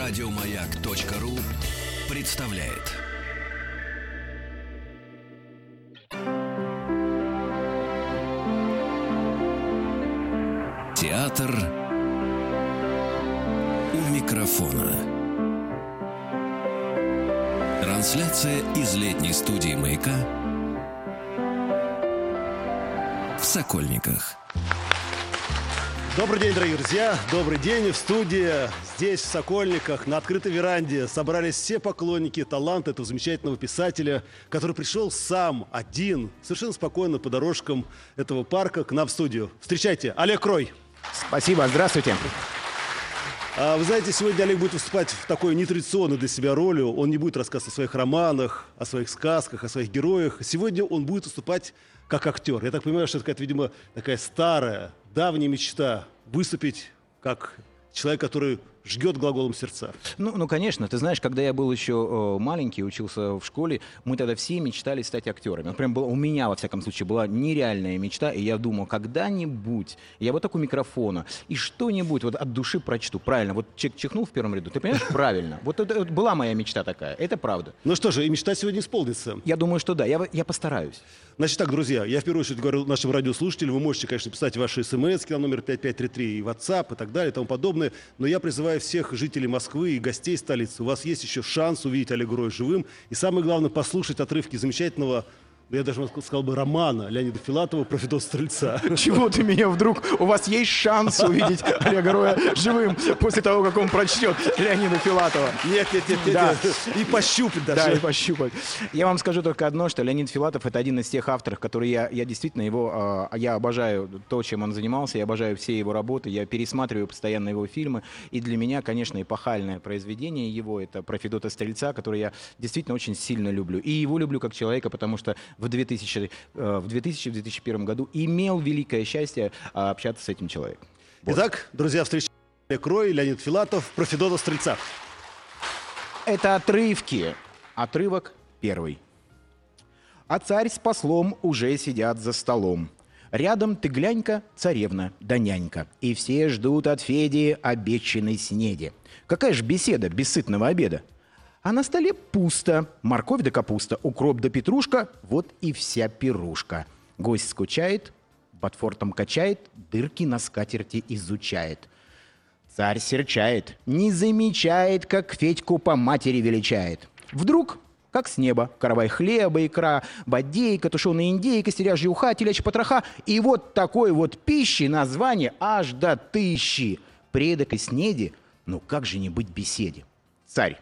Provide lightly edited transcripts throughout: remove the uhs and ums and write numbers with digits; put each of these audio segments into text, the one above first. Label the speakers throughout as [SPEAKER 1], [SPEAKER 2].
[SPEAKER 1] Радиомаяк.ру представляет. Театр у микрофона. Трансляция из летней студии «Маяка» в Сокольниках.
[SPEAKER 2] Добрый день, дорогие друзья! Добрый день! В студии, здесь, в Сокольниках, на открытой веранде собрались все поклонники таланта этого замечательного писателя, который пришел сам, один, совершенно спокойно по дорожкам этого парка к нам в студию. Встречайте, Олег Рой!
[SPEAKER 3] Спасибо, здравствуйте!
[SPEAKER 2] Вы знаете, сегодня Олег будет выступать в такой нетрадиционной для себя роли. Он не будет рассказывать о своих романах, о своих сказках, о своих героях. Сегодня он будет выступать как актер. Я так понимаю, что это какая-то, видимо, такая старая, давняя мечта выступить как человек, который жгет глаголом сердца.
[SPEAKER 3] Ну, конечно. Ты знаешь, когда я был еще маленький, учился в школе, мы тогда все мечтали стать актерами. Вот прям у меня, во всяком случае, была нереальная мечта, и я думал, когда-нибудь я вот так у микрофона и что-нибудь вот от души прочту. Правильно, вот человек чихнул в первом ряду, ты понимаешь? Правильно. Вот это была моя мечта такая, это правда.
[SPEAKER 2] Ну что же, и мечта сегодня исполнится.
[SPEAKER 3] Я думаю, что да, я постараюсь.
[SPEAKER 2] Значит так, друзья, я в первую очередь говорю нашим радиослушателям, вы можете, конечно, писать ваши смс на номер 5533 и WhatsApp и так далее и тому подобное, но я призываю всех жителей Москвы и гостей столицы, у вас есть еще шанс увидеть Олега Роя живым и, самое главное, послушать отрывки замечательного, я даже сказал бы, романа Леонида Филатова про Федота Стрельца.
[SPEAKER 3] Чего ты меня вдруг? У вас есть шанс увидеть Олега Роя живым после того, как он прочтет Леонида Филатова?
[SPEAKER 2] Нет.
[SPEAKER 3] Да.
[SPEAKER 2] И пощупать даже.
[SPEAKER 3] Да, и пощупать. Я вам скажу только одно, что Леонид Филатов — это один из тех авторов, которые я действительно его... Я обожаю то, чем он занимался, я обожаю все его работы, я пересматриваю постоянно его фильмы. И для меня, конечно, эпохальное произведение его — это про Федота Стрельца, который я действительно очень сильно люблю. И его люблю как человека, потому что в 2001 году имел великое счастье общаться с этим человеком. Вот.
[SPEAKER 2] Итак, друзья, встречаем Олег Рой, Леонид Филатов про Федота Стрельца.
[SPEAKER 3] Это отрывки. Отрывок первый. А царь с послом уже сидят за столом. Рядом ты глянь-ка, царевна да нянька. И все ждут от Феди обещанной снеди. Какая ж беседа без сытного обеда? А на столе пусто. Морковь да капуста, укроп да петрушка. Вот и вся пирушка. Гость скучает, ботфортом качает, дырки на скатерти изучает. Царь серчает, не замечает, как Федьку по матери величает. Вдруг, как с неба, каравай хлеба, икра, бодейка, тушеная индейка, стеряжья уха, телячья потроха. И вот такой вот пищи название аж до 1000. При эдакой снеди, ну как же не быть беседе? Царь.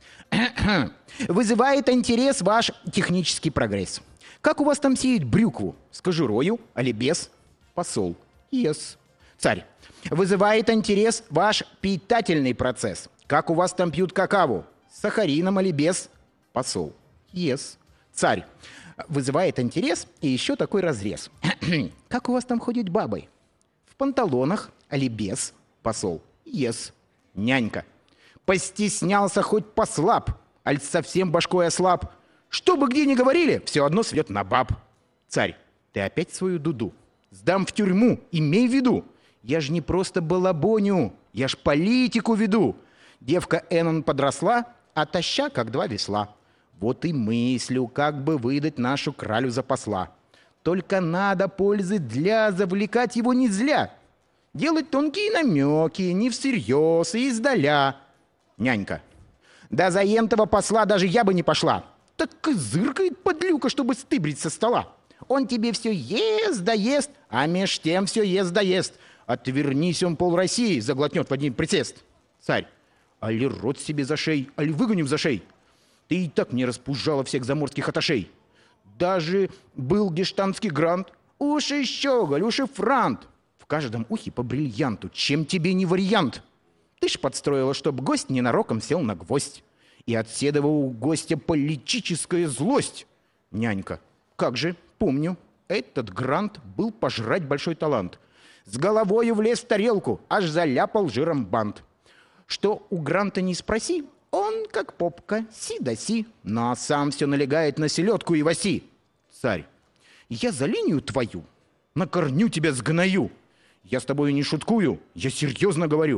[SPEAKER 3] Вызывает интерес ваш технический прогресс. Как у вас там сеют брюкву? С кожурою, али без? Посол. Yes. Царь. Вызывает интерес ваш питательный процесс. Как у вас там пьют какао? С сахарином, али без? Посол. Yes. Царь. Вызывает интерес и еще такой разрез. Как у вас там ходят бабы? В панталонах, али без? Посол. Yes. Нянька. Постеснялся хоть послаб, аль совсем башкой ослаб. Что бы где ни говорили, все одно свет на баб. Царь, ты опять свою дуду. Сдам в тюрьму, имей в виду. Я ж не просто балабоню, я ж политику веду. Девка Эннон подросла, а таща, как два весла. Вот и мыслю, как бы выдать нашу кралю за посла. Только надо пользы для завлекать его не зля. Делать тонкие намеки, не всерьез и издаля. Нянька. Да за ентого посла даже я бы не пошла. Так и зыркает подлюка, чтобы стыбрить со стола. Он тебе все ест да ест, а меж тем все ест да ест. Отвернись, он пол России заглотнет в один присест. Царь. Али рот себе за шей, али выгоню за шей. Ты и так мне распужала всех заморских аташей. Даже был гештанский грант. Уж и щеголь, уж и франт. В каждом ухе по бриллианту. Чем тебе не вариант? Ты ж подстроила, чтоб гость ненароком сел на гвоздь. И от седого у гостя политическая злость. Нянька. Как же, помню, этот грант был пожрать большой талант. С головою влез в тарелку, аж заляпал жиром бант. Что у гранта не спроси, он, как попка, си да си, но сам все налегает на селедку и васи. Царь. Я за линию твою на корню тебя сгною. Я с тобой не шуткую, я серьезно говорю.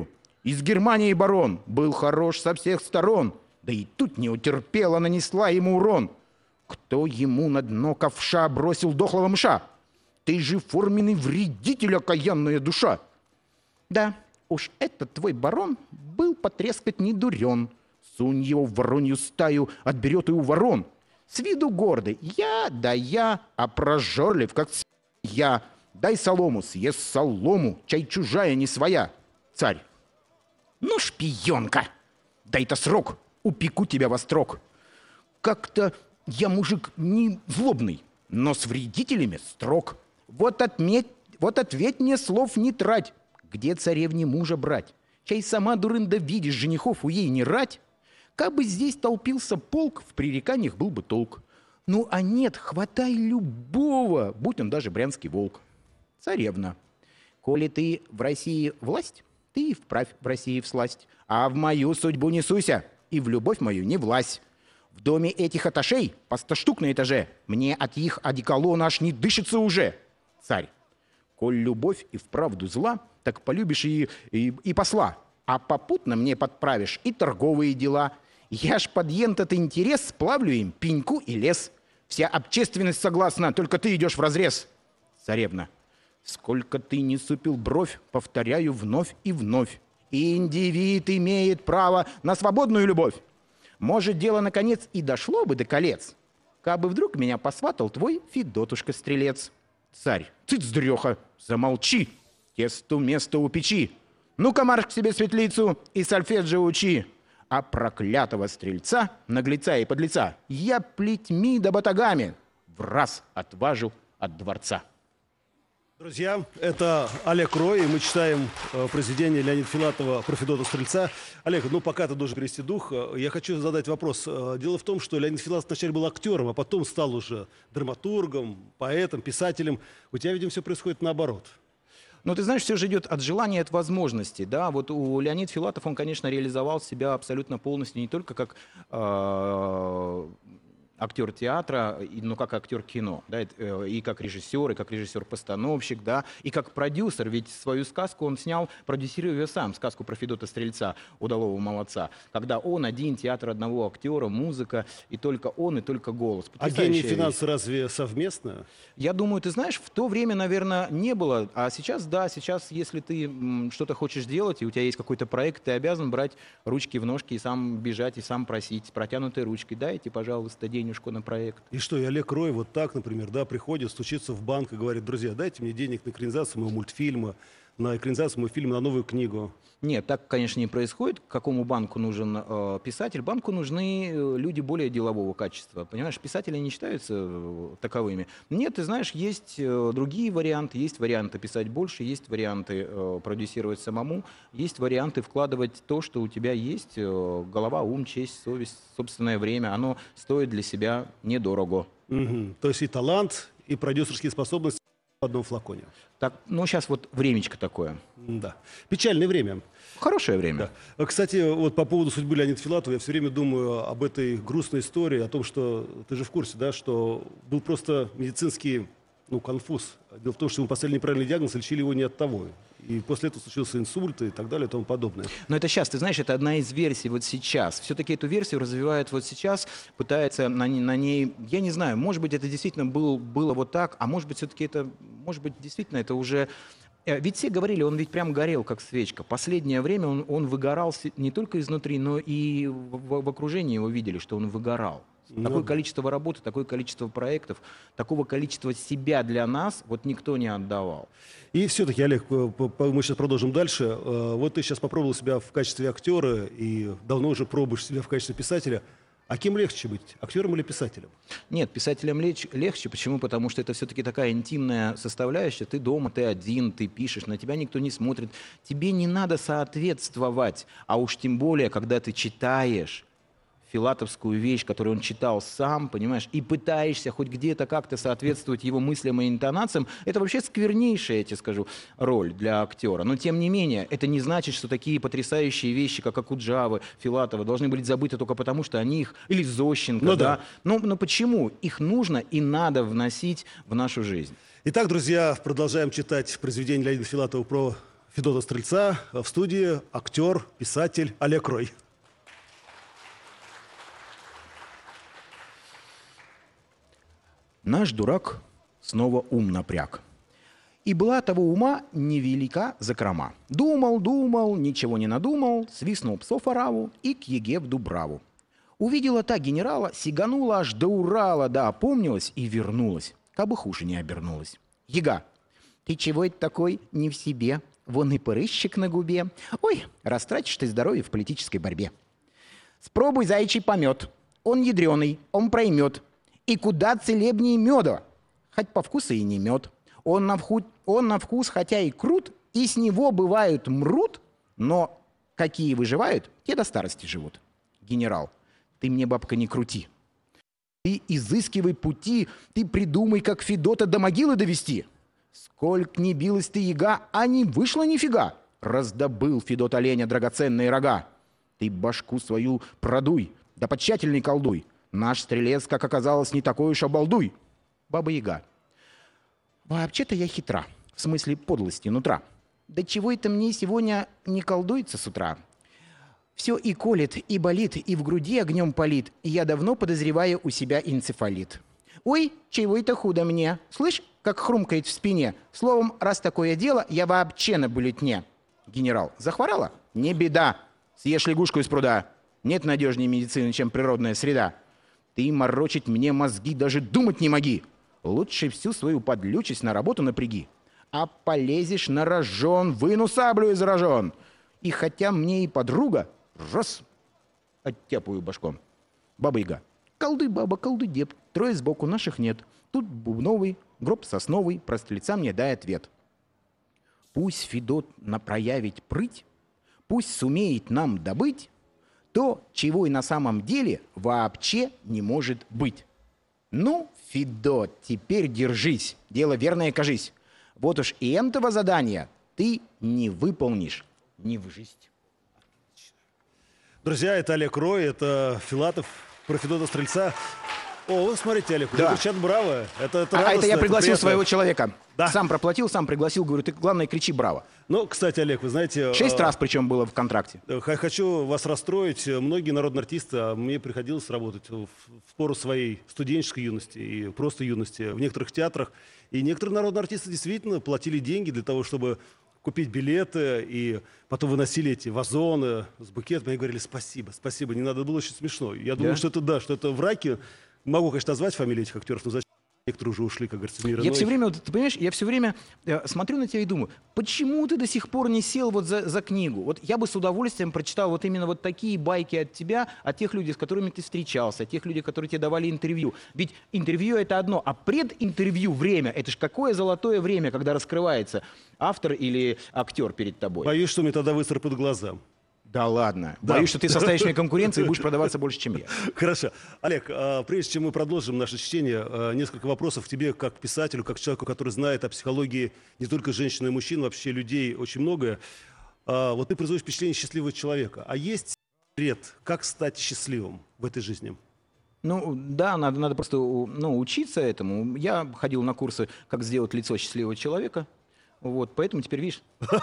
[SPEAKER 3] Из Германии барон был хорош со всех сторон, да и тут не утерпела, нанесла ему урон. Кто ему на дно ковша бросил дохлого мыша? Ты же форменный вредитель, окаянная душа. Да, уж этот твой барон был потрескать не дурен. Сунь его в воронью стаю, отберет и у ворон. С виду гордый, я, а прожорлив, как я. Дай солому, съест солому, чай чужая не своя. Царь. Ну, шпионка, дай-то срок, упеку тебя во строк. Как-то я мужик не злобный, но с вредителями строг. Вот ответь мне, слов не трать. Где царевне мужа брать? Чай сама, дурында, видишь, женихов у ей не рать. Кабы здесь толпился полк, в пререканиях был бы толк. Ну, а нет, хватай любого, будь он даже брянский волк. Царевна. Коли ты в России власть, ты вправь в России всласть, а в мою судьбу не суйся, и в любовь мою не влазь. В доме этих аташей по 100 штук на этаже, мне от их одеколона аж не дышится уже. Царь. Коль любовь и вправду зла, так полюбишь и посла, а попутно мне подправишь и торговые дела. Я ж под ентот интерес сплавлю им пеньку и лес. Вся общественность согласна, только ты идешь вразрез. Царевна. Сколько ты не супил бровь, повторяю вновь и вновь. Индивид имеет право на свободную любовь. Может, дело, наконец, и дошло бы до колец, кабы вдруг меня посватал твой Федотушка-стрелец. Царь. Цыц, дуреха, замолчи, тесту место у печи. Ну-ка, марш к себе светлицу и сольфеджио учи. А проклятого стрельца, наглеца и подлеца, я плетьми да батагами в раз отважу от дворца.
[SPEAKER 2] Друзья, это Олег Рой, и мы читаем произведение Леонида Филатова про Федота Стрельца. Олег, ну пока ты должен перевести дух, я хочу задать вопрос. Дело в том, что Леонид Филатов вначале был актером, а потом стал уже драматургом, поэтом, писателем. У тебя, видимо, все происходит наоборот.
[SPEAKER 3] Ну, ты знаешь, все же идет от желания, от возможностей, да. Вот у Леонида Филатов, он, конечно, реализовал себя абсолютно полностью, не только как актер театра, но как актер кино, да, и как режиссер-постановщик, да, и как продюсер, ведь свою сказку он снял, продюсируя ее сам, сказку про Федота Стрельца, удалого молодца, когда он один, театр одного актера, музыка, и только он, и только голос.
[SPEAKER 2] А гений и финансы разве совместно?
[SPEAKER 3] Я думаю, ты знаешь, в то время, наверное, не было, а сейчас, да, сейчас, если ты что-то хочешь делать, и у тебя есть какой-то проект, ты обязан брать ручки в ножки и сам бежать, и сам просить, протянутой ручкой, дайте, пожалуйста, денежку на проект.
[SPEAKER 2] И что, и Олег Рой вот так, например, да, приходит, стучится в банк и говорит: друзья, дайте мне денег на экранизацию моего мультфильма, на экранизацию моего фильма, на новую книгу.
[SPEAKER 3] Нет, так, конечно, не происходит. Какому банку нужен писатель? Банку нужны люди более делового качества. Понимаешь, писатели не считаются таковыми. Нет, ты знаешь, есть другие варианты. Есть варианты писать больше, есть варианты продюсировать самому, есть варианты вкладывать то, что у тебя есть. Голова, ум, честь, совесть, собственное время. Оно стоит для себя недорого.
[SPEAKER 2] Угу. То есть и талант, и продюсерские способности в одном флаконе.
[SPEAKER 3] Так, ну, сейчас вот времечко такое.
[SPEAKER 2] Да. Печальное время.
[SPEAKER 3] Хорошее время.
[SPEAKER 2] Да. Кстати, вот по поводу судьбы Леонида Филатова, я все время думаю об этой грустной истории, о том, что ты же в курсе, да, что был просто медицинский, конфуз. Дело в том, что ему поставили неправильный диагноз, лечили его не от того. И после этого случился инсульт и так далее и тому подобное.
[SPEAKER 3] Но это сейчас, ты знаешь, это одна из версий вот сейчас. Все-таки эту версию развивают вот сейчас, пытаются на ней, я не знаю, может быть, это действительно было вот так, а может быть, все-таки это, может быть, действительно это уже... Ведь все говорили, он ведь прям горел, как свечка. Последнее время он выгорал не только изнутри, но и в окружении его видели, что он выгорал. Такое количество работы, такое количество проектов, такого количества себя для нас вот никто не отдавал.
[SPEAKER 2] И все-таки, Олег, мы сейчас продолжим дальше. Вот ты сейчас попробовал себя в качестве актера и давно уже пробуешь себя в качестве писателя. А кем легче быть, актером или писателем?
[SPEAKER 3] Нет, писателем легче. Почему? Потому что это все-таки такая интимная составляющая. Ты дома, ты один, ты пишешь, на тебя никто не смотрит. Тебе не надо соответствовать. А уж тем более, когда ты читаешь филатовскую вещь, которую он читал сам, понимаешь, и пытаешься хоть где-то как-то соответствовать его мыслям и интонациям, это вообще сквернейшая, я тебе скажу, роль для актера. Но тем не менее, это не значит, что такие потрясающие вещи, как Акуджавы, Филатова, должны быть забыты только потому, что они их, или Зощенко, да. Но почему? Их нужно и надо вносить в нашу жизнь.
[SPEAKER 2] Итак, друзья, продолжаем читать произведение Леонида Филатова про Федота Стрельца. В студии актер, писатель Олег Рой.
[SPEAKER 3] Наш дурак снова ум напряг. И была того ума невелика закрома. Думал, думал, ничего не надумал, свистнул псов ораву и к еге в Дубраву. Увидела та генерала, сиганула аж до Урала, да опомнилась и вернулась, кабы хуже не обернулась. Ега, ты чего это такой не в себе? Вон и прыщик на губе. Ой, растратишь ты здоровье в политической борьбе. Спробуй заячий помет. Он ядреный, он проймет. И куда целебнее меда. Хоть по вкусу и не мед. Он на вкус хотя и крут, и с него бывают мрут, но какие выживают, те до старости живут. Генерал, ты мне, бабка, не крути. Ты изыскивай пути, ты придумай, как Федота до могилы довести. Сколько ни билась ты, яга, а не вышло нифига. Раздобыл Федот оленя драгоценные рога. Ты башку свою продуй, да потщательней колдуй. Наш стрелец, как оказалось, не такой уж обалдуй. Баба-яга. Вообще-то я хитра, в смысле подлости нутра. Да чего это мне сегодня не колдуется с утра? Все и колет, и болит, и в груди огнем палит. Я давно подозреваю у себя энцефалит. Ой, чего это худо мне? Слышь, как хрумкает в спине. Словом, раз такое дело, я вообще на булетне. Генерал, захворала? Не беда. Съешь лягушку из пруда. Нет надежнее медицины, чем природная среда. Ты морочить мне мозги даже думать не моги. Лучше всю свою подлючесть на работу напряги. А полезешь на рожон, выну саблю из рожон. И хотя мне и подруга, раз, оттяпаю башком. Баба-яга. Колдуй, баба, колдуй, дед. Трое сбоку, наших нет. Тут бубновый, гроб сосновый, про стрельца мне дай ответ. Пусть Федот проявить прыть, пусть сумеет нам добыть то, чего и на самом деле вообще не может быть. Ну, Федот, теперь держись, дело верное кажись. Вот уж и этого задания ты не выполнишь ни в жизнь.
[SPEAKER 2] Друзья, это Олег Рой, это Филатов, про Федота Стрельца. О, вы смотрите, Олег,
[SPEAKER 3] Да.
[SPEAKER 2] кричат браво. Это
[SPEAKER 3] Это
[SPEAKER 2] радостно,
[SPEAKER 3] я
[SPEAKER 2] это
[SPEAKER 3] пригласил
[SPEAKER 2] приятно.
[SPEAKER 3] своего человека.
[SPEAKER 2] Да.
[SPEAKER 3] Сам проплатил, сам пригласил. Говорю, ты, главное, кричи браво.
[SPEAKER 2] Ну, кстати, Олег, вы знаете...
[SPEAKER 3] 6 раз причем было в контракте.
[SPEAKER 2] Хочу вас расстроить. Многие народные артисты, а мне приходилось работать в пору своей студенческой юности и просто юности в некоторых театрах. И некоторые народные артисты действительно платили деньги для того, чтобы купить билеты, и потом выносили эти вазоны с букетами и говорили спасибо, спасибо, не надо, было очень смешно. Я думаю, что это да, что это в раке. Могу, конечно, назвать фамилии этих актеров, но зачем? Некоторые уже ушли, как говорится, в мир
[SPEAKER 3] Я
[SPEAKER 2] иной.
[SPEAKER 3] все время, вот, ты понимаешь, я все время смотрю на тебя и думаю, почему ты до сих пор не сел вот за книгу? Вот я бы с удовольствием прочитал вот именно вот такие байки от тебя, от тех людей, с которыми ты встречался, от тех людей, которые тебе давали интервью. Ведь интервью — это одно, а прединтервью время — это же какое золотое время, когда раскрывается автор или актер перед тобой.
[SPEAKER 2] Боюсь, что мне тогда высыпят глаза.
[SPEAKER 3] Да ладно.
[SPEAKER 2] Да.
[SPEAKER 3] Боюсь, что ты составишь мне конкуренцию и будешь продаваться больше, чем я.
[SPEAKER 2] Хорошо. Олег, прежде чем мы продолжим наше чтение, несколько вопросов к тебе, как писателю, как человеку, который знает о психологии не только женщин и мужчин, вообще людей очень многое. Вот ты производишь впечатление счастливого человека. А есть секрет, как стать счастливым в этой жизни?
[SPEAKER 3] Ну, да, надо просто учиться этому. Я ходил на курсы, как сделать лицо счастливого человека. Вот, поэтому теперь, видишь,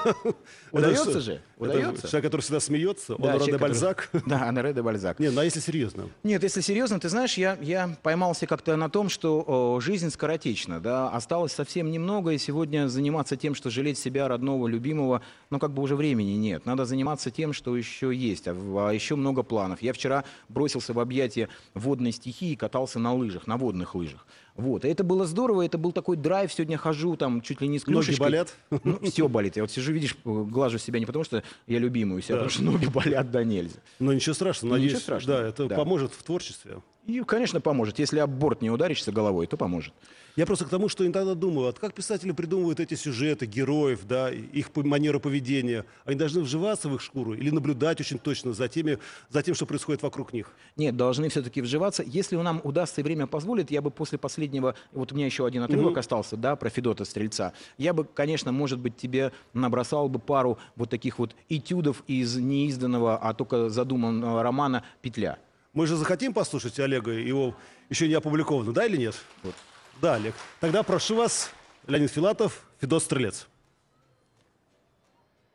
[SPEAKER 3] удается же, удается.
[SPEAKER 2] Это человек, который всегда смеется,
[SPEAKER 3] Да,
[SPEAKER 2] он
[SPEAKER 3] человек,
[SPEAKER 2] де Бальзак.
[SPEAKER 3] Да, Оноре де Бальзак.
[SPEAKER 2] Не, ну а если серьезно?
[SPEAKER 3] Нет, если серьезно, ты знаешь, я поймался как-то на том, что жизнь скоротечна, да, осталось совсем немного, и сегодня заниматься тем, что жалеть себя, родного, любимого, ну, как бы уже времени нет. Надо заниматься тем, что еще есть, а еще много планов. Я вчера бросился в объятия водной стихии и катался на лыжах, на водных лыжах. Вот, и это было здорово, это был такой драйв, сегодня хожу там чуть ли не с клюшечкой.
[SPEAKER 2] Ноги болят?
[SPEAKER 3] Ну, все болит. Я вот сижу, видишь, глажу себя не потому, что я любимый у себя, а потому что ноги болят да нельзя.
[SPEAKER 2] Но ничего страшного,
[SPEAKER 3] Ну,
[SPEAKER 2] надеюсь,
[SPEAKER 3] ничего страшного,
[SPEAKER 2] да, это
[SPEAKER 3] да.
[SPEAKER 2] поможет в творчестве.
[SPEAKER 3] И, конечно, поможет. Если об борт не ударишься головой, то поможет.
[SPEAKER 2] Я просто к тому, что иногда думаю, вот как писатели придумывают эти сюжеты, героев, да, их манеру поведения. Они должны вживаться в их шкуру или наблюдать очень точно за тем, что происходит вокруг них?
[SPEAKER 3] Нет, должны все-таки вживаться. Если нам удастся и время позволит, я бы после последнего, вот у меня еще один отрывок остался, да, про Федота Стрельца, я бы, конечно, может быть, тебе набросал бы пару вот таких вот этюдов из неизданного, а только задуманного романа «Петля».
[SPEAKER 2] Мы же захотим послушать Олега, его еще не опубликовано, да или нет?
[SPEAKER 3] Вот.
[SPEAKER 2] Да, Олег. Тогда прошу вас, Леонид Филатов, Федот Стрелец.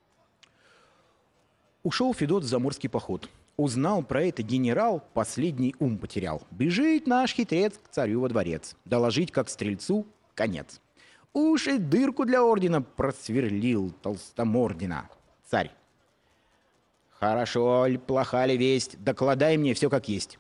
[SPEAKER 3] Ушел Федот в заморский поход. Узнал про это генерал, последний ум потерял. Бежит наш хитрец к царю во дворец. Доложить, как стрельцу, конец. Уж и дырку для ордена просверлил толстомордина. Царь. Хорошо ли, плоха ли весть, докладай мне все как есть.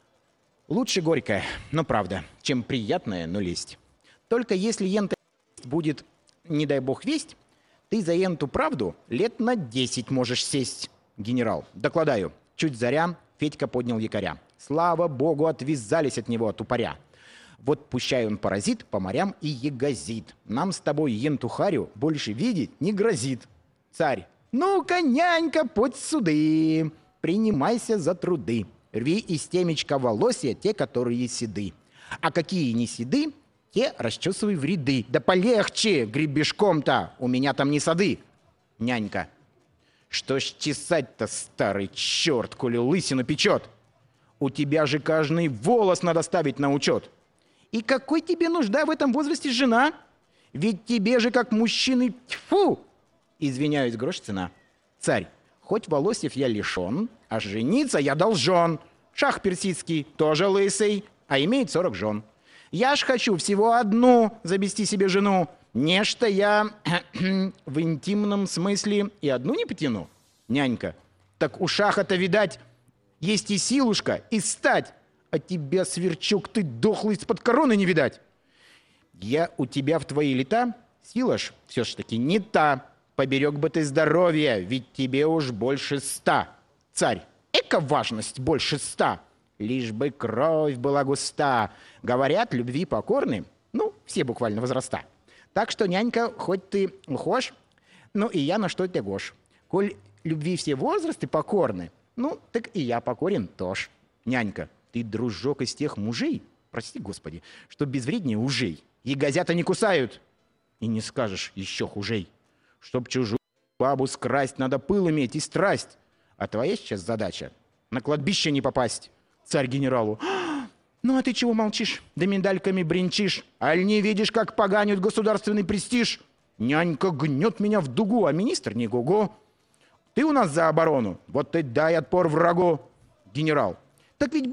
[SPEAKER 3] Лучше горькая, но правда, чем приятная, но лесть. Только если ента будет, не дай бог, весть, ты за енту правду лет на 10 можешь сесть. Генерал, докладаю. Чуть заря, Федька поднял якоря. Слава богу, отвязались от него, от упыря. Вот пущай он паразит по морям и ягозит. Нам с тобой енту харю больше видеть не грозит. Царь, ну-ка, нянька, подь суды, принимайся за труды. Рви из темечка волосья те, которые седы. А какие не седы, те расчесывай в ряды. Да полегче гребешком-то, у меня там не сады. Нянька, что ж чесать-то, старый черт, коли лысину печет? У тебя же каждый волос надо ставить на учет. И какой тебе нужда в этом возрасте жена? Ведь тебе же как мужчины, тьфу! Извиняюсь, грош цена. Царь, хоть волосьев я лишен, а жениться я должен. Шах персидский тоже лысый, а имеет 40 жен. Я ж хочу всего одну завести себе жену. Нечто я в интимном смысле и одну не потяну. Нянька, так у шаха-то, видать, есть и силушка, и стать. А тебя, сверчок, ты дохлый, из-под короны не видать. Я у тебя в твои лета, сила ж все ж таки не та. Поберег бы ты здоровье, ведь тебе уж больше 100. Царь, эка важность больше 100. Лишь бы кровь была густа. Говорят, любви покорны, ну, все буквально возраста. Так что, нянька, хоть ты ухож, ну и я на что ты гош. Коль любви все возрасты покорны, ну, так и я покорен тоже. Нянька, ты, дружок, из тех мужей, прости, Господи, что безвреднее ужей. Ягозята не кусают. И не скажешь еще хужей. Чтоб чужую бабу скрасть, надо пыл иметь и страсть. А твоя сейчас задача — на кладбище не попасть. Царь генералу. Ну а ты чего молчишь? Да медальками бренчишь. Аль не видишь, как поганят государственный престиж? Нянька гнет меня в дугу, а министр не гугу. Ты у нас за оборону, вот ты дай отпор врагу. Генерал. Так ведь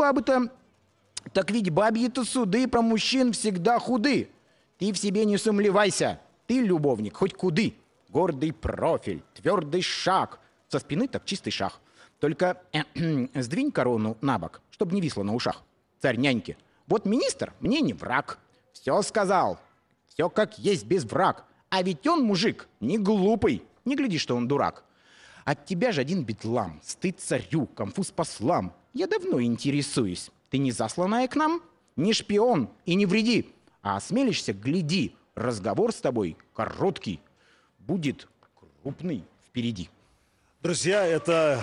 [SPEAKER 3] бабьи-то суды про мужчин всегда худы. Ты в себе не сомневайся. Ты, любовник, хоть куды. Гордый профиль, твердый шаг. Со спины так чистый шаг. Только сдвинь корону на бок, чтобы не висло на ушах. Царь няньки. Вот министр мне не враг. Все сказал. Все как есть без враг. А ведь он, мужик, не глупый. Не гляди, что он дурак. От тебя же один бедлам. Стыд царю, конфуз послам. Я давно интересуюсь. Ты не засланная к нам? Не шпион и не вреди. А осмелишься, гляди. Разговор с тобой короткий. Будет крупный впереди.
[SPEAKER 2] Друзья, это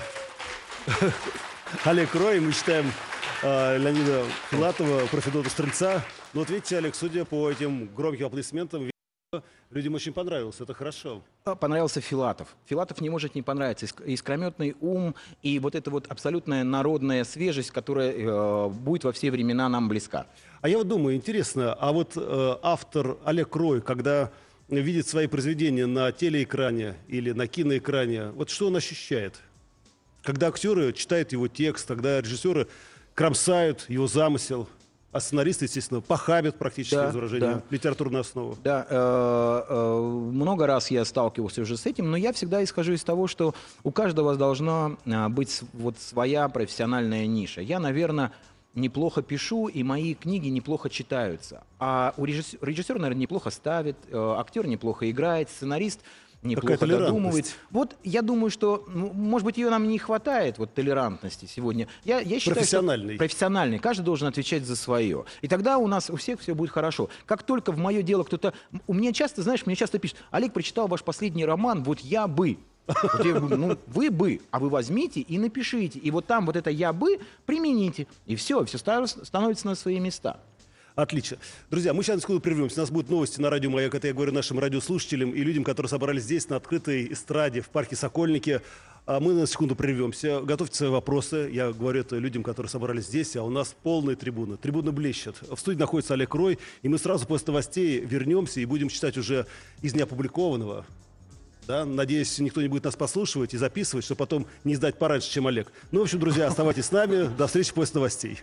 [SPEAKER 2] Олег Рой. Мы читаем Леонида Филатова про Федота Стрельца. Но вот видите, Олег, судя по этим громким аплодисментам, людям очень понравилось. Это хорошо.
[SPEAKER 3] Понравился Филатов. Филатов не может не понравиться. Искрометный ум и вот эта вот абсолютная народная свежесть, которая будет во все времена нам близка.
[SPEAKER 2] А я вот думаю, интересно, а вот автор Олег Рой, когда видит свои произведения на телеэкране или на киноэкране, вот что он ощущает? Когда актеры читают его текст, когда режиссеры кромсают его замысел, а сценаристы, естественно, похабят практически из выражения литературную основу. Да,
[SPEAKER 3] много раз я сталкивался уже с этим, но я всегда исхожу из того, что у каждого должна быть вот своя профессиональная ниша. Я, наверное, неплохо пишу, и мои книги неплохо читаются. А у режиссер, наверное, неплохо ставит, актер неплохо играет, сценарист неплохо додумывает. Вот я думаю, что, может быть, ее нам не хватает, вот толерантности сегодня. Я считаю, что профессиональный. Каждый должен отвечать за свое. И тогда у нас у всех все будет хорошо. Как только в мое дело кто-то... У меня часто, знаешь, мне часто пишут: Олег, прочитал ваш последний роман, вот я бы... Вот я говорю, ну, вы бы, а вы возьмите и напишите. И вот там вот это «я бы» примените. И все становится на свои места.
[SPEAKER 2] Отлично. Друзья, мы сейчас на секунду прервемся. У нас будут новости на радио «Маяк». Это я говорю нашим радиослушателям и людям, которые собрались здесь, на открытой эстраде в парке «Сокольники». Мы на секунду прервемся. Готовьте свои вопросы. Я говорю это людям, которые собрались здесь, а у нас полная трибуна. Трибуна блещет. В студии находится Олег Рой, и мы сразу после новостей вернемся и будем читать уже из неопубликованного Да? Надеюсь, никто не будет нас послушивать и записывать, чтобы потом не сдать пораньше, чем Олег. Ну, в общем, друзья, оставайтесь с нами. До встречи после новостей.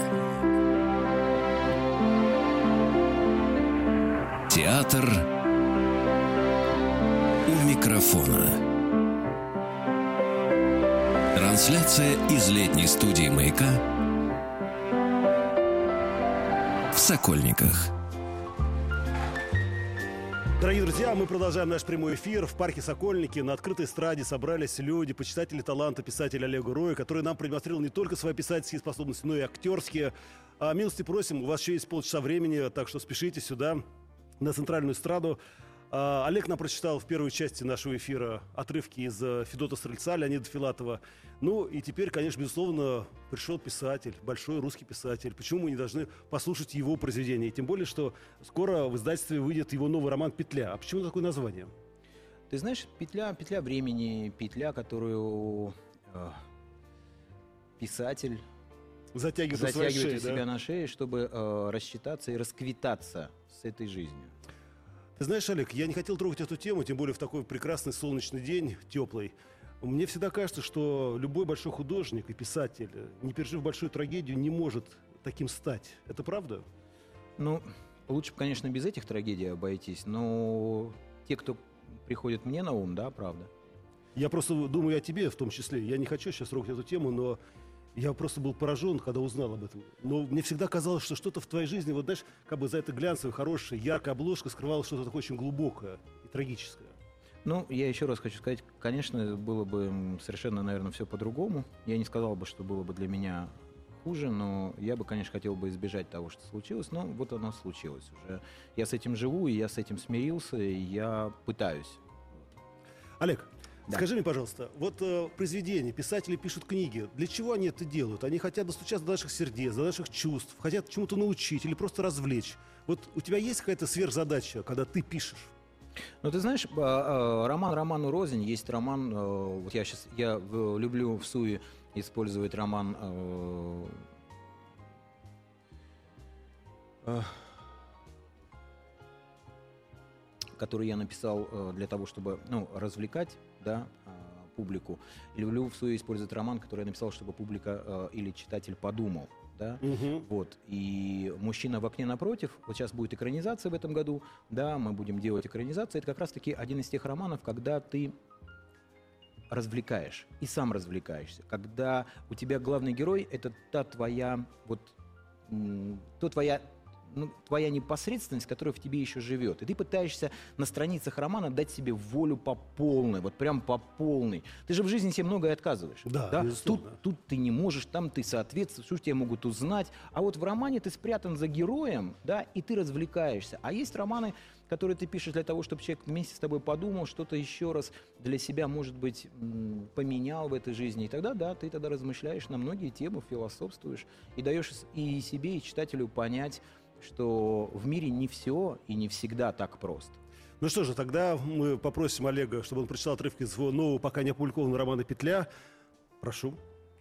[SPEAKER 1] Театр у микрофона. Трансляция из летней студии «Маяка» в Сокольниках.
[SPEAKER 2] Дорогие друзья, мы продолжаем наш прямой эфир. В парке Сокольники на открытой эстраде собрались люди, почитатели таланта писателя Олега Роя, который нам продемонстрировал не только свои писательские способности, но и актерские. Милости просим, у вас еще есть полчаса времени, так что спешите сюда, на центральную эстраду. Олег нам прочитал в первой части нашего эфира отрывки из Федота Стрельца, Леонида Филатова. Ну и теперь, конечно, безусловно, пришел писатель, большой русский писатель. Почему мы не должны послушать его произведения? Тем более, что скоро в издательстве выйдет его новый роман «Петля». А почему такое название?
[SPEAKER 3] Ты знаешь, петля времени, петля, которую писатель
[SPEAKER 2] Затягивает
[SPEAKER 3] у себя на шее, чтобы рассчитаться и расквитаться с этой жизнью.
[SPEAKER 2] Ты знаешь, Олег, я не хотел трогать эту тему, тем более в такой прекрасный солнечный день, теплый. Мне всегда кажется, что любой большой художник и писатель, не пережив большую трагедию, не может таким стать. Это правда?
[SPEAKER 3] Ну, лучше бы, конечно, без этих трагедий обойтись, но те, кто приходит мне на ум, да, правда.
[SPEAKER 2] Я просто думаю о тебе в том числе. Я не хочу сейчас трогать эту тему, но я просто был поражен, когда узнал об этом. Но мне всегда казалось, что что-то в твоей жизни, вот знаешь, как бы за этой глянцевой, хорошей, яркой обложкой скрывалось что-то такое очень глубокое и трагическое.
[SPEAKER 3] Ну, я еще раз хочу сказать, конечно, было бы совершенно, наверное, все по-другому. Я не сказал бы, что было бы для меня хуже, но я бы, конечно, хотел бы избежать того, что случилось, но вот оно случилось уже. Я с этим живу, и я с этим смирился, и я пытаюсь.
[SPEAKER 2] Олег,
[SPEAKER 3] да.
[SPEAKER 2] Скажи мне, пожалуйста, вот произведения, писатели пишут книги. Для чего они это делают? Они хотят достучаться до наших сердец, до наших чувств, хотят чему-то научить или просто развлечь. Вот у тебя есть какая-то сверхзадача, когда ты пишешь?
[SPEAKER 3] Ну, ты знаешь, роман роману рознь. Есть роман, вот я люблю в суе использовать роман, который я написал для того, чтобы, развлекать, да, публику. Люблю в суе использовать роман, который я написал, чтобы публика или читатель подумал. Да? Вот. И «Мужчина в окне напротив», вот сейчас будет экранизация в этом году, да, мы будем делать экранизацию. Это как раз-таки один из тех романов, когда ты развлекаешь и сам развлекаешься. Когда у тебя главный герой — это твоя непосредственность, которая в тебе еще живет. И ты пытаешься на страницах романа дать себе волю по полной, вот прям по полной. Ты же в жизни себе многое отказываешь.
[SPEAKER 2] Да?
[SPEAKER 3] Тут ты не можешь, там ты соответствуешь, что тебя могут узнать. А вот в романе ты спрятан за героем, да, и ты развлекаешься. А есть романы, которые ты пишешь для того, чтобы человек вместе с тобой подумал, что-то еще раз для себя, может быть, поменял в этой жизни. И тогда, да, ты тогда размышляешь на многие темы, философствуешь и даешь и себе, и читателю понять, что в мире не все и не всегда так просто.
[SPEAKER 2] Ну что же, тогда мы попросим Олега, чтобы он прочитал отрывки из своего нового, пока не опубликованного романа «Петля». Прошу.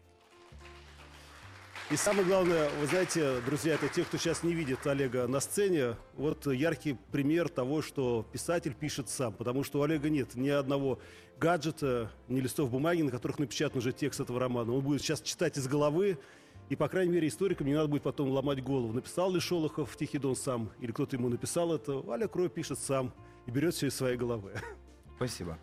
[SPEAKER 2] И самое главное, вы знаете, друзья, это те, кто сейчас не видит Олега на сцене. Вот яркий пример того, что писатель пишет сам. Потому что у Олега нет ни одного гаджета, ни листов бумаги, на которых напечатан уже текст этого романа. Он будет сейчас читать из головы. И, по крайней мере, историкам не надо будет потом ломать голову. Написал ли Шолохов «Тихий дон» сам, или кто-то ему написал это. Олег Рой пишет сам и берет все из своей головы.
[SPEAKER 3] Спасибо.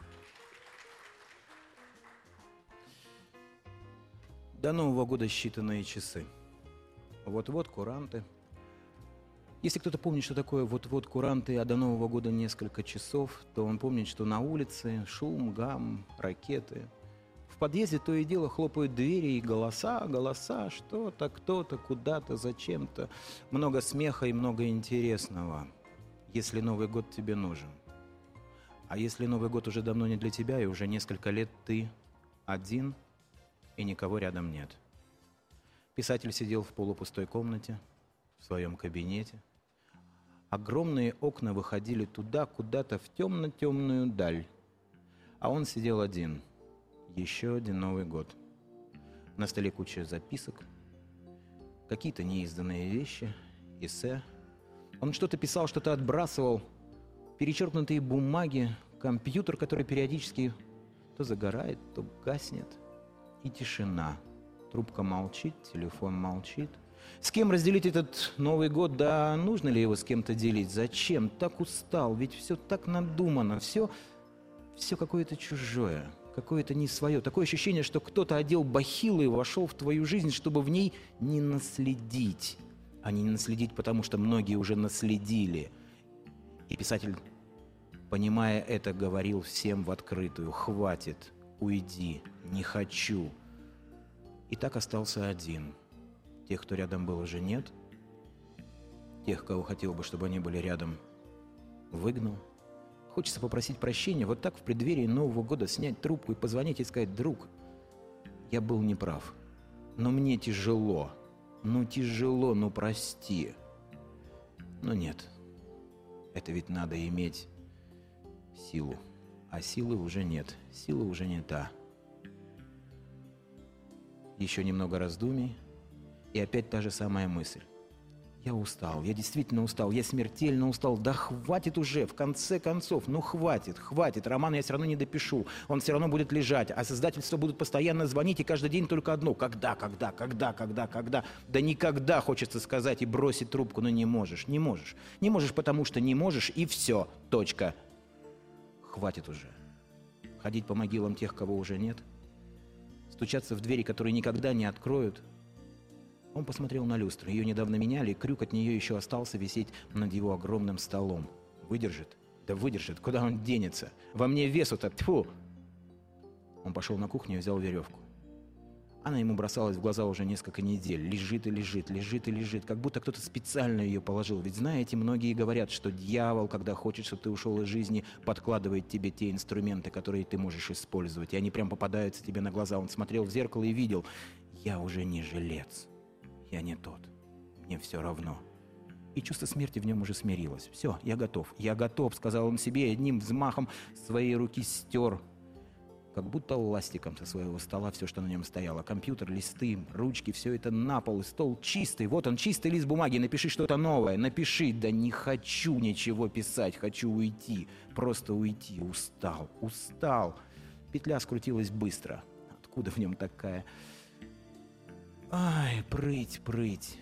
[SPEAKER 3] До Нового года считанные часы. Вот-вот куранты. Если кто-то помнит, что такое вот-вот куранты, а до Нового года несколько часов, то он помнит, что на улице шум, гам, ракеты. В подъезде то и дело хлопают двери и голоса, что-то, кто-то, куда-то, зачем-то. Много смеха и много интересного, если Новый год тебе нужен. А если Новый год уже давно не для тебя, и уже несколько лет ты один, и никого рядом нет. Писатель сидел в полупустой комнате, в своем кабинете. Огромные окна выходили туда, куда-то в темно-темную даль. А он сидел один. Еще один Новый год. На столе куча записок, какие-то неизданные вещи, эссе. Он что-то писал, что-то отбрасывал. Перечеркнутые бумаги, компьютер, который периодически то загорает, то гаснет. И тишина. Трубка молчит, телефон молчит. С кем разделить этот Новый год? Да нужно ли его с кем-то делить? Зачем? Так устал, ведь все так надумано, все какое-то чужое, какое-то не свое. Такое ощущение, что кто-то одел бахилы и вошел в твою жизнь, чтобы в ней не наследить. А не наследить, потому что многие уже наследили. И писатель, понимая это, говорил всем в открытую: «Хватит, уйди, не хочу». И так остался один. Тех, кто рядом был, уже нет. Тех, кого хотел бы, чтобы они были рядом, выгнал. Хочется попросить прощения, вот так в преддверии Нового года снять трубку и позвонить и сказать: «Друг, я был неправ, но мне тяжело, ну прости». Но нет, это ведь надо иметь силу, а силы уже нет, сила уже не та. Еще немного раздумий, и опять та же самая мысль. Я устал, я действительно устал, я смертельно устал. Да хватит уже, в конце концов, ну хватит. Роман я все равно не допишу, он все равно будет лежать, а создательства будут постоянно звонить, и каждый день только одно: когда? Да никогда, хочется сказать и бросить трубку, но не можешь, потому что не можешь, и все, точка. Хватит уже. Ходить по могилам тех, кого уже нет, стучаться в двери, которые никогда не откроют. Он посмотрел на люстру. Ее недавно меняли, и крюк от нее еще остался висеть над его огромным столом. Выдержит? Да выдержит. Куда он денется? Во мне весу-то, тьфу! Он пошел на кухню и взял веревку. Она ему бросалась в глаза уже несколько недель. Лежит и лежит, как будто кто-то специально ее положил. Ведь знаете, многие говорят, что дьявол, когда хочет, чтобы ты ушел из жизни, подкладывает тебе те инструменты, которые ты можешь использовать. И они прям попадаются тебе на глаза. Он смотрел в зеркало и видел: я уже не жилец. Я не тот. Мне все равно. И чувство смерти в нем уже смирилось. «Все, я готов», — сказал он себе, и одним взмахом своей руки стер, как будто ластиком со своего стола, все, что на нем стояло. Компьютер, листы, ручки, все это на пол, и стол чистый. Вот он, чистый лист бумаги, напиши что-то новое, напиши. Да не хочу ничего писать, хочу уйти, просто уйти. Устал. Петля скрутилась быстро. Откуда в нем такая... Ай, прыть.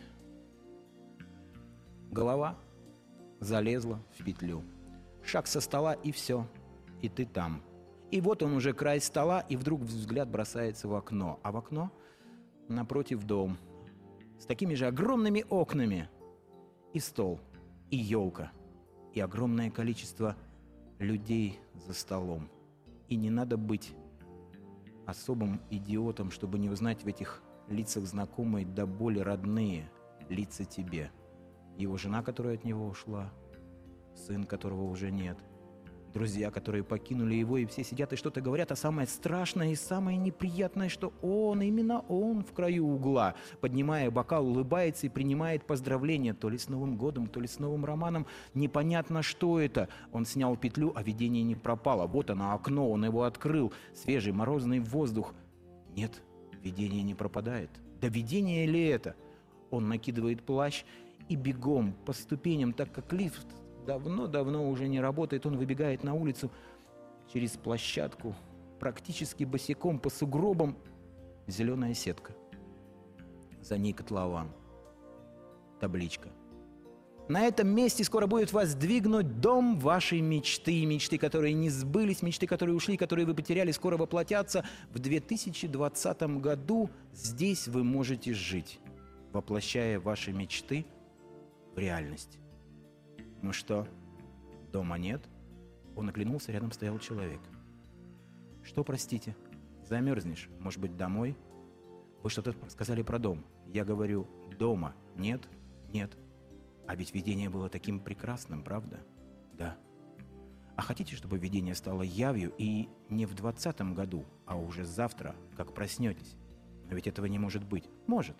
[SPEAKER 3] Голова залезла в петлю. Шаг со стола, и все. И ты там. И вот он уже край стола, и вдруг взгляд бросается в окно. А в окно напротив дом. С такими же огромными окнами. И стол, и елка, и огромное количество людей за столом. И не надо быть особым идиотом, чтобы не узнать в этих лицах знакомые до боли родные лица тебе. Его жена, которая от него ушла, сын, которого уже нет, друзья, которые покинули его, и все сидят и что-то говорят, а самое страшное и самое неприятное, что именно он в краю угла, поднимая бокал, улыбается и принимает поздравления, то ли с Новым годом, то ли с новым романом, непонятно, что это. Он снял петлю, а видение не пропало. Вот оно, окно, он его открыл, свежий морозный воздух. Нет, видение не пропадает. Да видение ли это? Он накидывает плащ и бегом по ступеням, так как лифт давно уже не работает, он выбегает на улицу через площадку, практически босиком по сугробам. Зеленая сетка. За ней котлован. Табличка. На этом месте скоро будет воздвигнут дом вашей мечты. Мечты, которые не сбылись, мечты, которые ушли, которые вы потеряли, скоро воплотятся. В 2020 году здесь вы можете жить, воплощая ваши мечты в реальность. Ну что, дома нет? Он оглянулся, рядом стоял человек. Что, простите? Замерзнешь? Может быть, домой? Вы что-то сказали про дом. Я говорю, дома нет? Нет. А ведь видение было таким прекрасным, правда? Да. А хотите, чтобы видение стало явью и не в 2020 году, а уже завтра, как проснетесь? Но ведь этого не может быть. Может.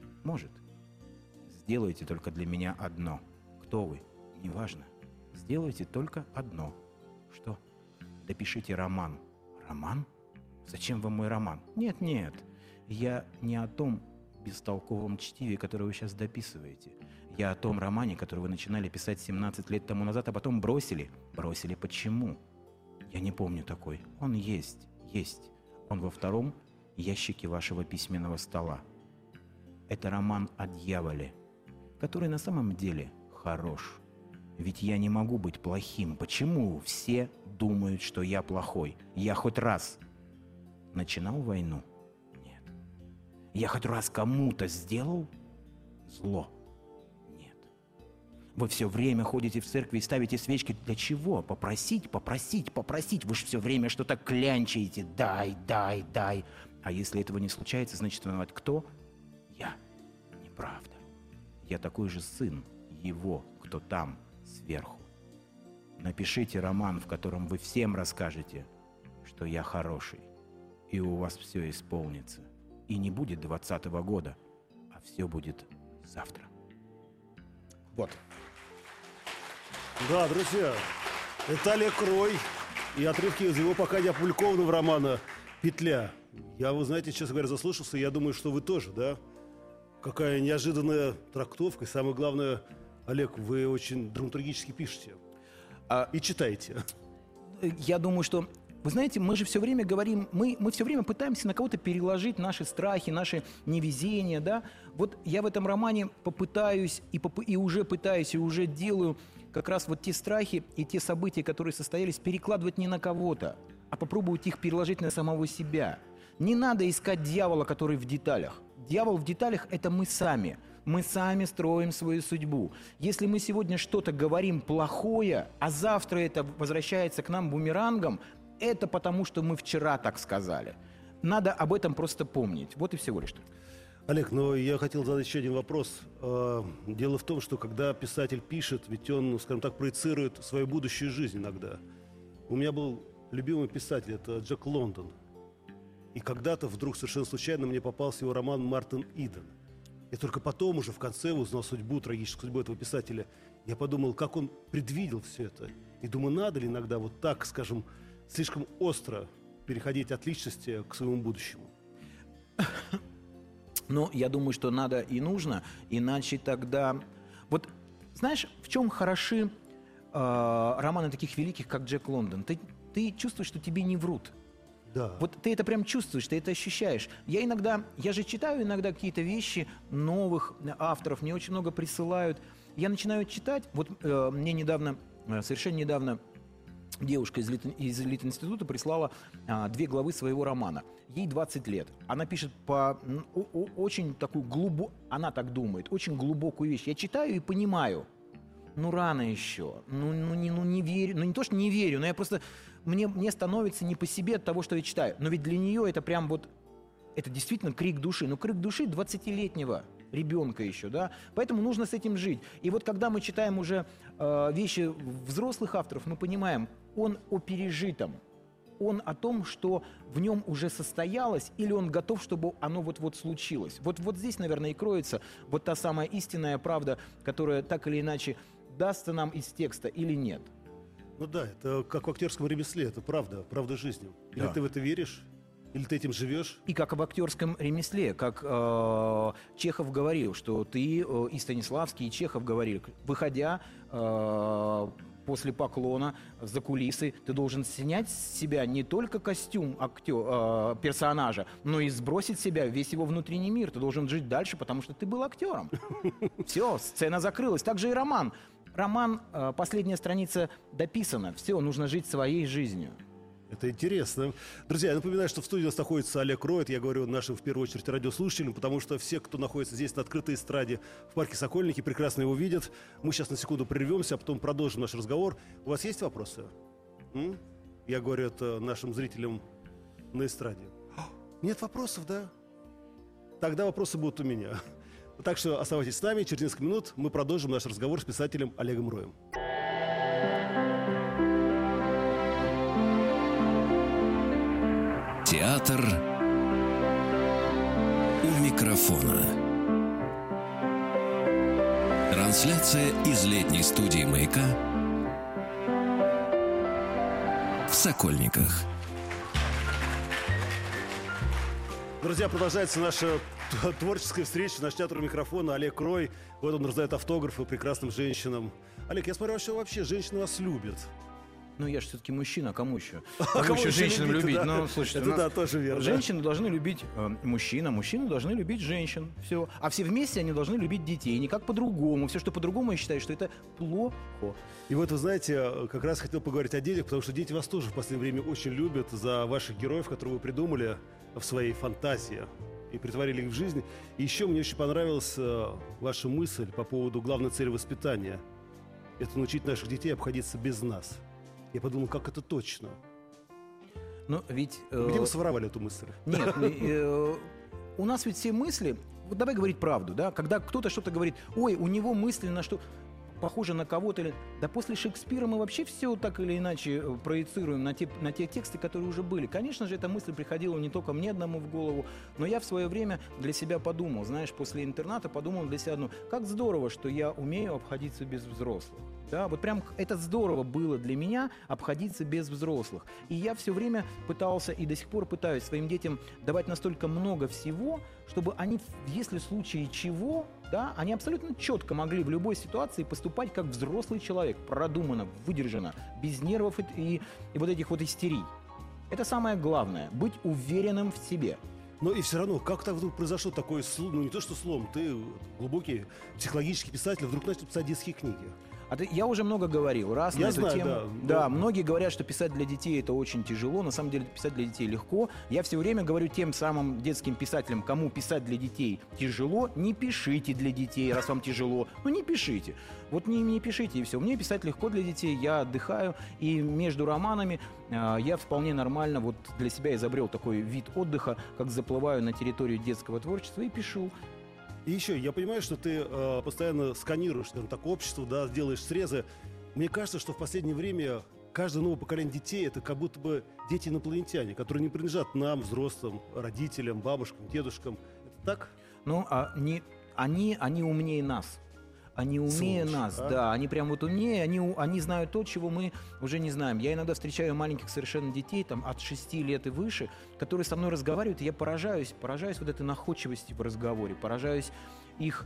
[SPEAKER 3] Сделайте только для меня одно. Кто вы? Неважно. Сделайте только одно. Что? Допишите роман. Роман? Зачем вам мой роман? Нет. Я не о том бестолковом чтиве, которое вы сейчас дописываете. Я о том романе, который вы начинали писать 17 лет тому назад, а потом бросили. Бросили почему? Я не помню такой. Он есть. Он во втором ящике вашего письменного стола. Это роман о дьяволе, который на самом деле хорош. Ведь я не могу быть плохим. Почему все думают, что я плохой? Я хоть раз начинал войну? Нет. Я хоть раз кому-то сделал зло? Нет. Вы все время ходите в церкви и ставите свечки. Для чего? Попросить. Вы же все время что-то клянчаете. Дай. А если этого не случается, значит, виноват кто? Я. Неправда. Я такой же сын его, кто там, сверху. Напишите роман, в котором вы всем расскажете, что я хороший, и у вас все исполнится. И не будет 2020 года, а все будет завтра. Вот.
[SPEAKER 2] Да, друзья, это Олег Рой и отрывки из его пока не опубликованного романа «Петля». Я, вы знаете, честно говоря, заслушался, я думаю, что вы тоже, да? Какая неожиданная трактовка. И самое главное, Олег, вы очень драматургически пишете и читаете.
[SPEAKER 3] Я думаю, что... Вы знаете, мы же все время говорим, мы все время пытаемся на кого-то переложить наши страхи, наши невезения, да? Вот я в этом романе попытаюсь, и уже делаю как раз вот те страхи и те события, которые состоялись, перекладывать не на кого-то, а попробовать их переложить на самого себя. Не надо искать дьявола, который в деталях. Дьявол в деталях – это мы сами. Мы сами строим свою судьбу. Если мы сегодня что-то говорим плохое, а завтра это возвращается к нам бумерангом, это потому, что мы вчера так сказали. Надо об этом просто помнить. Вот и всего лишь.
[SPEAKER 2] Олег, но я хотел задать еще один вопрос. Дело в том, что когда писатель пишет, ведь он, скажем так, проецирует свою будущую жизнь иногда. У меня был любимый писатель, это Джек Лондон. И когда-то вдруг совершенно случайно мне попался его роман «Мартин Иден». Я только потом уже в конце узнал трагическую судьбу этого писателя. Я подумал, как он предвидел все это. И думаю, надо ли иногда вот так, скажем, слишком остро переходить от личности к своему будущему?
[SPEAKER 3] Ну, я думаю, что надо и нужно, иначе тогда... Вот знаешь, в чем хороши романы таких великих, как Джек Лондон? Ты чувствуешь, что тебе не врут.
[SPEAKER 2] Да.
[SPEAKER 3] Вот ты это прям чувствуешь, ты это ощущаешь. Я же читаю иногда какие-то вещи новых авторов, мне очень много присылают. Я начинаю читать, вот мне совершенно недавно девушка из Литинститута прислала 2 главы своего романа. Ей 20 лет. Она пишет очень такую она так думает, очень глубокую вещь. Я читаю и понимаю. Рано еще. Не верю. Не то, что не верю, но я просто... Мне становится не по себе от того, что я читаю. Но ведь для нее это прям вот... Это действительно крик души. Но крик души 20-летнего ребенка еще, да? Поэтому нужно с этим жить. И вот когда мы читаем уже вещи взрослых авторов, мы понимаем, он о пережитом. Он о том, что в нем уже состоялось, или он готов, чтобы оно вот-вот случилось. Вот здесь, наверное, и кроется вот та самая истинная правда, которая так или иначе дастся нам из текста или нет.
[SPEAKER 2] Ну да, это как в актерском ремесле, это правда жизни. Или
[SPEAKER 3] Да.
[SPEAKER 2] ты в это веришь, или ты этим живешь.
[SPEAKER 3] И как в актерском ремесле, как Чехов говорил, что ты, и Станиславский, и Чехов говорили, выходя после поклона за кулисы, ты должен снять с себя не только костюм персонажа, но и сбросить с себя весь его внутренний мир. Ты должен жить дальше, потому что ты был актером. Все, сцена закрылась. Так же и роман. Роман, последняя страница дописана. Все, нужно жить своей жизнью.
[SPEAKER 2] Это интересно. Друзья, я напоминаю, что в студии у нас находится Олег Рой. Это я говорю нашим, в первую очередь, радиослушателям, потому что все, кто находится здесь на открытой эстраде в парке Сокольники, прекрасно его видят. Мы сейчас на секунду прервемся, а потом продолжим наш разговор. У вас есть вопросы? Я говорю это нашим зрителям на эстраде. Нет вопросов, да? Тогда вопросы будут у меня. Так что оставайтесь с нами. Через несколько минут мы продолжим наш разговор с писателем Олегом Роем.
[SPEAKER 1] Театр у микрофона. Трансляция из летней студии «Маяка» в Сокольниках.
[SPEAKER 2] Друзья, продолжается наша творческая встреча, наш театр у микрофона. Олег Рой. Вот он раздает автографы прекрасным женщинам. Олег, я смотрю, что вообще женщины вас любят.
[SPEAKER 3] Ну, я же все-таки мужчина, кому еще?
[SPEAKER 2] кому
[SPEAKER 3] Кому еще
[SPEAKER 2] еще
[SPEAKER 3] женщинам
[SPEAKER 2] любить-то,
[SPEAKER 3] любить?
[SPEAKER 2] да?
[SPEAKER 3] Ну, слушайте,
[SPEAKER 2] Это да, тоже верно.
[SPEAKER 3] женщины должны любить мужчин, а мужчины должны любить женщин. Все. А все вместе они должны любить детей. Никак по-другому. Все, что по-другому, я считаю, что это плохо.
[SPEAKER 2] И вот, вы знаете, как раз хотел поговорить о детях, потому что дети вас тоже в последнее время очень любят за ваших героев, которые вы придумали в своей фантазии и притворили их в жизнь. И еще мне очень понравилась ваша мысль по поводу главной цели воспитания. Это научить наших детей обходиться без нас. Я подумал, как это точно.
[SPEAKER 3] Но ведь...
[SPEAKER 2] Где вы своровали эту мысль?
[SPEAKER 3] Нет, у нас ведь все мысли... Вот давай говорить правду, да? Когда кто-то что-то говорит, ой, у него мысли на что... похоже на кого-то или... Да после Шекспира мы вообще все так или иначе проецируем на те тексты, которые уже были. Конечно же, эта мысль приходила не только мне одному в голову, но я в свое время для себя подумал, знаешь, после интерната подумал для себя одну, как здорово, что я умею обходиться без взрослых. Да, вот прям это здорово было для меня обходиться без взрослых. И я все время пытался и до сих пор пытаюсь своим детям давать настолько много всего, чтобы они, если в случае чего, да, они абсолютно четко могли в любой ситуации поступать как взрослый человек, продуманно, выдержанно, без нервов и вот этих вот истерий. Это самое главное – быть уверенным в себе.
[SPEAKER 2] Но и все равно, как так вдруг произошел такой слом, ну не то что слом, ты глубокий психологический писатель, вдруг начал писать детские книги.
[SPEAKER 3] Я уже много говорил раз
[SPEAKER 2] Я
[SPEAKER 3] на эту
[SPEAKER 2] знаю,
[SPEAKER 3] тему.
[SPEAKER 2] да.
[SPEAKER 3] Да, многие говорят, что писать для детей это очень тяжело. На самом деле писать для детей легко. Я все время говорю тем самым детским писателям, кому писать для детей тяжело, не пишите для детей, раз вам тяжело. Ну не пишите. Вот не пишите и все. Мне писать легко для детей, я отдыхаю. И между романами я вполне нормально вот для себя изобрел такой вид отдыха, как заплываю на территорию детского творчества и пишу.
[SPEAKER 2] И еще, я понимаю, что ты постоянно сканируешь, скажем так, общество, да, делаешь срезы. Мне кажется, что в последнее время каждое новое поколение детей — это как будто бы дети-инопланетяне, которые не принадлежат нам, взрослым, родителям, бабушкам, дедушкам. Это так?
[SPEAKER 3] Ну, они умнее нас. Они умнее
[SPEAKER 2] Слушай,
[SPEAKER 3] нас,
[SPEAKER 2] а?
[SPEAKER 3] да, они прям вот умнее, они знают то, чего мы уже не знаем. Я иногда встречаю маленьких совершенно детей, там, от 6 лет и выше, которые со мной разговаривают, и я поражаюсь вот этой находчивости в разговоре, поражаюсь их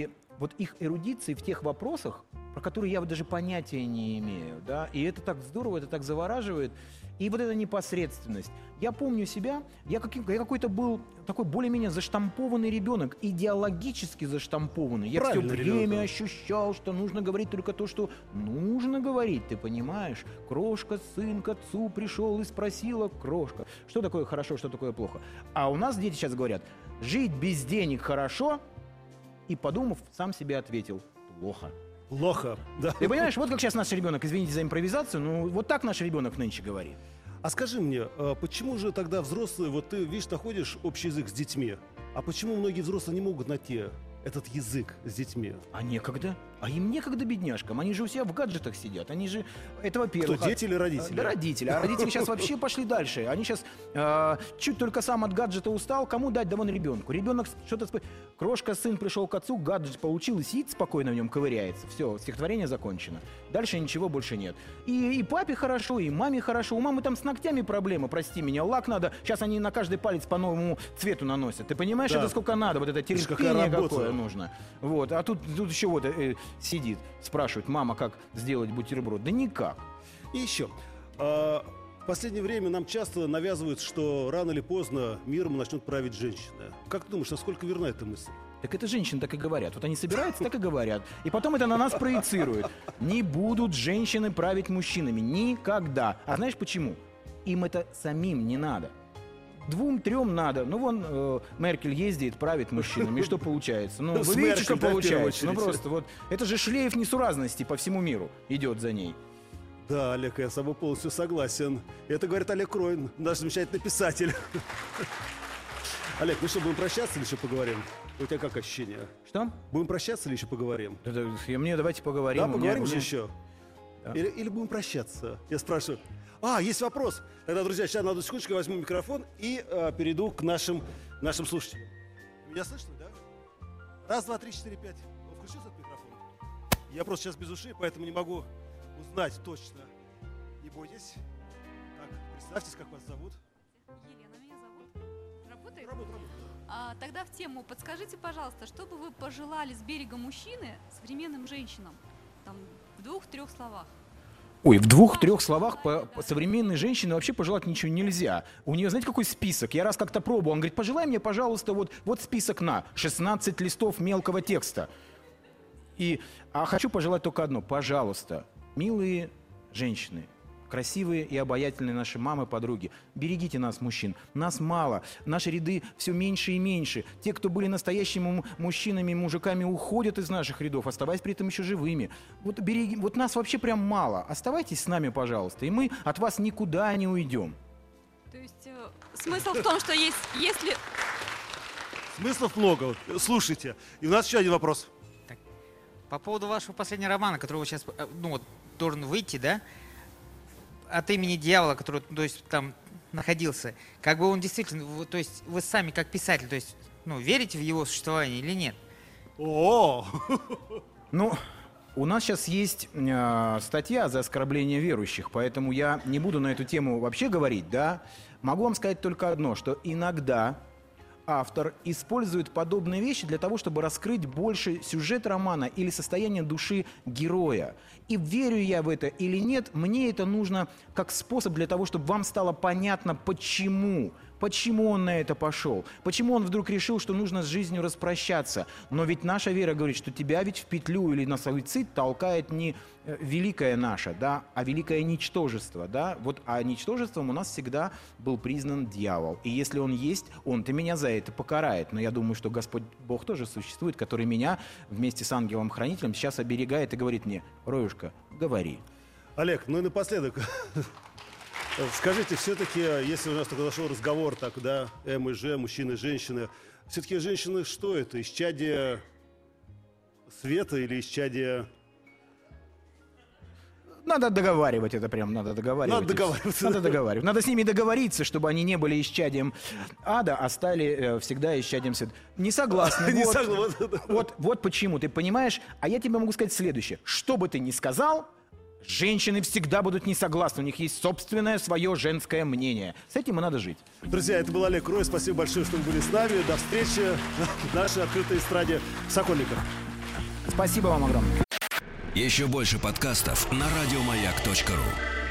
[SPEAKER 3] эрудиции в тех вопросах, про которые я вот даже понятия не имею, да, и это так здорово, это так завораживает, и вот эта непосредственность. Я помню себя, я какой-то был такой более-менее заштампованный ребенок, идеологически заштампованный. Я все
[SPEAKER 2] Правильный
[SPEAKER 3] время
[SPEAKER 2] ребенок, да.
[SPEAKER 3] ощущал, что нужно говорить только то, что нужно говорить, ты понимаешь? Крошка, сын к отцу пришел и спросила, крошка, что такое хорошо, что такое плохо. А у нас дети сейчас говорят, жить без денег хорошо, и, подумав, сам себе ответил, плохо.
[SPEAKER 2] Плохо, да.
[SPEAKER 3] Ты понимаешь, вот как сейчас наш ребенок, извините за импровизацию, ну вот так наш ребенок нынче говорит.
[SPEAKER 2] А скажи мне, почему же тогда взрослые, вот ты, видишь, находишь общий язык с детьми, а почему многие взрослые не могут найти этот язык с детьми?
[SPEAKER 3] А некогда. А им некогда, бедняжкам. Они же у себя в гаджетах сидят. Они же... Это во-первых.
[SPEAKER 2] Кто, дети или родители?
[SPEAKER 3] Да, родители. А родители сейчас вообще пошли дальше. Они сейчас чуть только сам от гаджета устал. Кому дать? Да вон ребенку. Ребенок что-то... Крошка, сын пришел к отцу, гаджет получил и сидит спокойно в нем, ковыряется. Все, стихотворение закончено. Дальше ничего больше нет. И папе хорошо, и маме хорошо. У мамы там с ногтями проблемы, прости меня. Лак надо. Сейчас они на каждый палец по новому цвету наносят. Ты понимаешь,
[SPEAKER 2] Да.
[SPEAKER 3] это сколько надо? Вот это
[SPEAKER 2] Видишь,
[SPEAKER 3] терпение
[SPEAKER 2] какая работа.
[SPEAKER 3] какое нужно. Вот. А тут еще вот сидит, спрашивает, мама, как сделать бутерброд? Да никак.
[SPEAKER 2] И еще. В последнее время нам часто навязывают, что рано или поздно миром начнут править женщины. Как ты думаешь, насколько верна эта мысль?
[SPEAKER 3] Так это женщины так и говорят. Вот они собираются, так и говорят. И потом это на нас проецируют. Не будут женщины править мужчинами. Никогда. А знаешь почему? Им это самим не надо. 2-3 надо. Ну, вон Меркель ездит, правит мужчинами. И что получается? Ну,
[SPEAKER 2] С
[SPEAKER 3] вы видите, что
[SPEAKER 2] Меркель, да, в первую
[SPEAKER 3] получается? Ну,
[SPEAKER 2] очередь.
[SPEAKER 3] просто вот. Это же шлейф несуразности по всему миру идет за ней.
[SPEAKER 2] Да, Олег, я с тобой полностью согласен. Это говорит Олег Ройн, наш замечательный писатель. Олег, ну что, будем прощаться или еще поговорим? У тебя как ощущение?
[SPEAKER 3] Что?
[SPEAKER 2] Будем прощаться или еще поговорим?
[SPEAKER 3] Мне давайте поговорим.
[SPEAKER 2] Да,
[SPEAKER 3] У
[SPEAKER 2] поговорим
[SPEAKER 3] меня-
[SPEAKER 2] же еще.
[SPEAKER 3] Да.
[SPEAKER 2] Или будем прощаться? Я спрашиваю. Есть вопрос. Тогда, друзья, сейчас на одну секундочку я возьму микрофон и перейду к нашим слушателям. Меня слышно, да? 1, 2, 3, 4, 5. Он включился этот микрофон? Я просто сейчас без ушей, поэтому не могу узнать точно. Не бойтесь. Так, представьтесь, как вас зовут.
[SPEAKER 4] Елена меня зовут. Работает?
[SPEAKER 2] Работает.
[SPEAKER 4] Тогда в тему. Подскажите, пожалуйста, что бы вы пожелали с берега мужчины современным женщинам? Там, в 2-3 словах.
[SPEAKER 3] Ой, в 2-3 словах по современной женщине вообще пожелать ничего нельзя. У нее, знаете, какой список? Я раз как-то пробовал. Он говорит, пожелай мне, пожалуйста, вот список на 16 листов мелкого текста. А хочу пожелать только одно. Пожалуйста, милые женщины, красивые и обаятельные наши мамы, подруги, берегите нас, мужчин. Нас мало. Наши ряды все меньше и меньше. Те, кто были настоящими мужчинами и мужиками, уходят из наших рядов, оставаясь при этом еще живыми. Вот нас вообще прям мало. Оставайтесь с нами, пожалуйста, и мы от вас никуда не уйдем.
[SPEAKER 4] То есть смысл в том, что если...
[SPEAKER 2] Смыслов много. Слушайте. И у нас еще один вопрос.
[SPEAKER 5] Так, по поводу вашего последнего романа, который сейчас должен выйти, да? От имени дьявола, который, то есть, там находился, как бы он действительно, то есть вы сами как писатель, то есть, верите в его существование или нет?
[SPEAKER 2] О!
[SPEAKER 3] Ну, у нас сейчас есть статья за оскорбление верующих, поэтому я не буду на эту тему вообще говорить, да. Могу вам сказать только одно, что иногда автор использует подобные вещи для того, чтобы раскрыть больше сюжет романа или состояние души героя. И верю я в это или нет, мне это нужно как способ для того, чтобы вам стало понятно, почему он на это пошел, почему он вдруг решил, что нужно с жизнью распрощаться. Но ведь наша вера говорит, что тебя ведь в петлю или на суицид толкает не великое наше, да, а великое ничтожество, да. А ничтожеством у нас всегда был признан дьявол. И если он есть, он-то меня за это покарает. Но я думаю, что Господь Бог тоже существует, который меня вместе с ангелом-хранителем сейчас оберегает и говорит мне: Роюшка, говори.
[SPEAKER 2] Олег, ну и напоследок. Скажите, все-таки, если у нас только зашел разговор, так, да, М и Ж, мужчины и женщины, все-таки женщины что это? Исчадие света или исчадие...
[SPEAKER 3] Надо договаривать это прям, надо договаривать.
[SPEAKER 2] Надо договариваться.
[SPEAKER 3] Надо договаривать. Надо с ними договориться, чтобы они не были исчадием ада, а стали всегда исчадием света. Не согласны.
[SPEAKER 2] Не
[SPEAKER 3] Вот.
[SPEAKER 2] согласны.
[SPEAKER 3] Вот почему, ты понимаешь? А я тебе могу сказать следующее. Что бы ты ни сказал, женщины всегда будут не согласны. У них есть собственное свое женское мнение. С этим и надо жить.
[SPEAKER 2] Друзья, это был Олег Рой. Спасибо большое, что вы были с нами. До встречи в нашей открытой эстраде в Сокольниках.
[SPEAKER 3] Спасибо вам огромное.
[SPEAKER 1] Еще больше подкастов на радиомаяк.ру.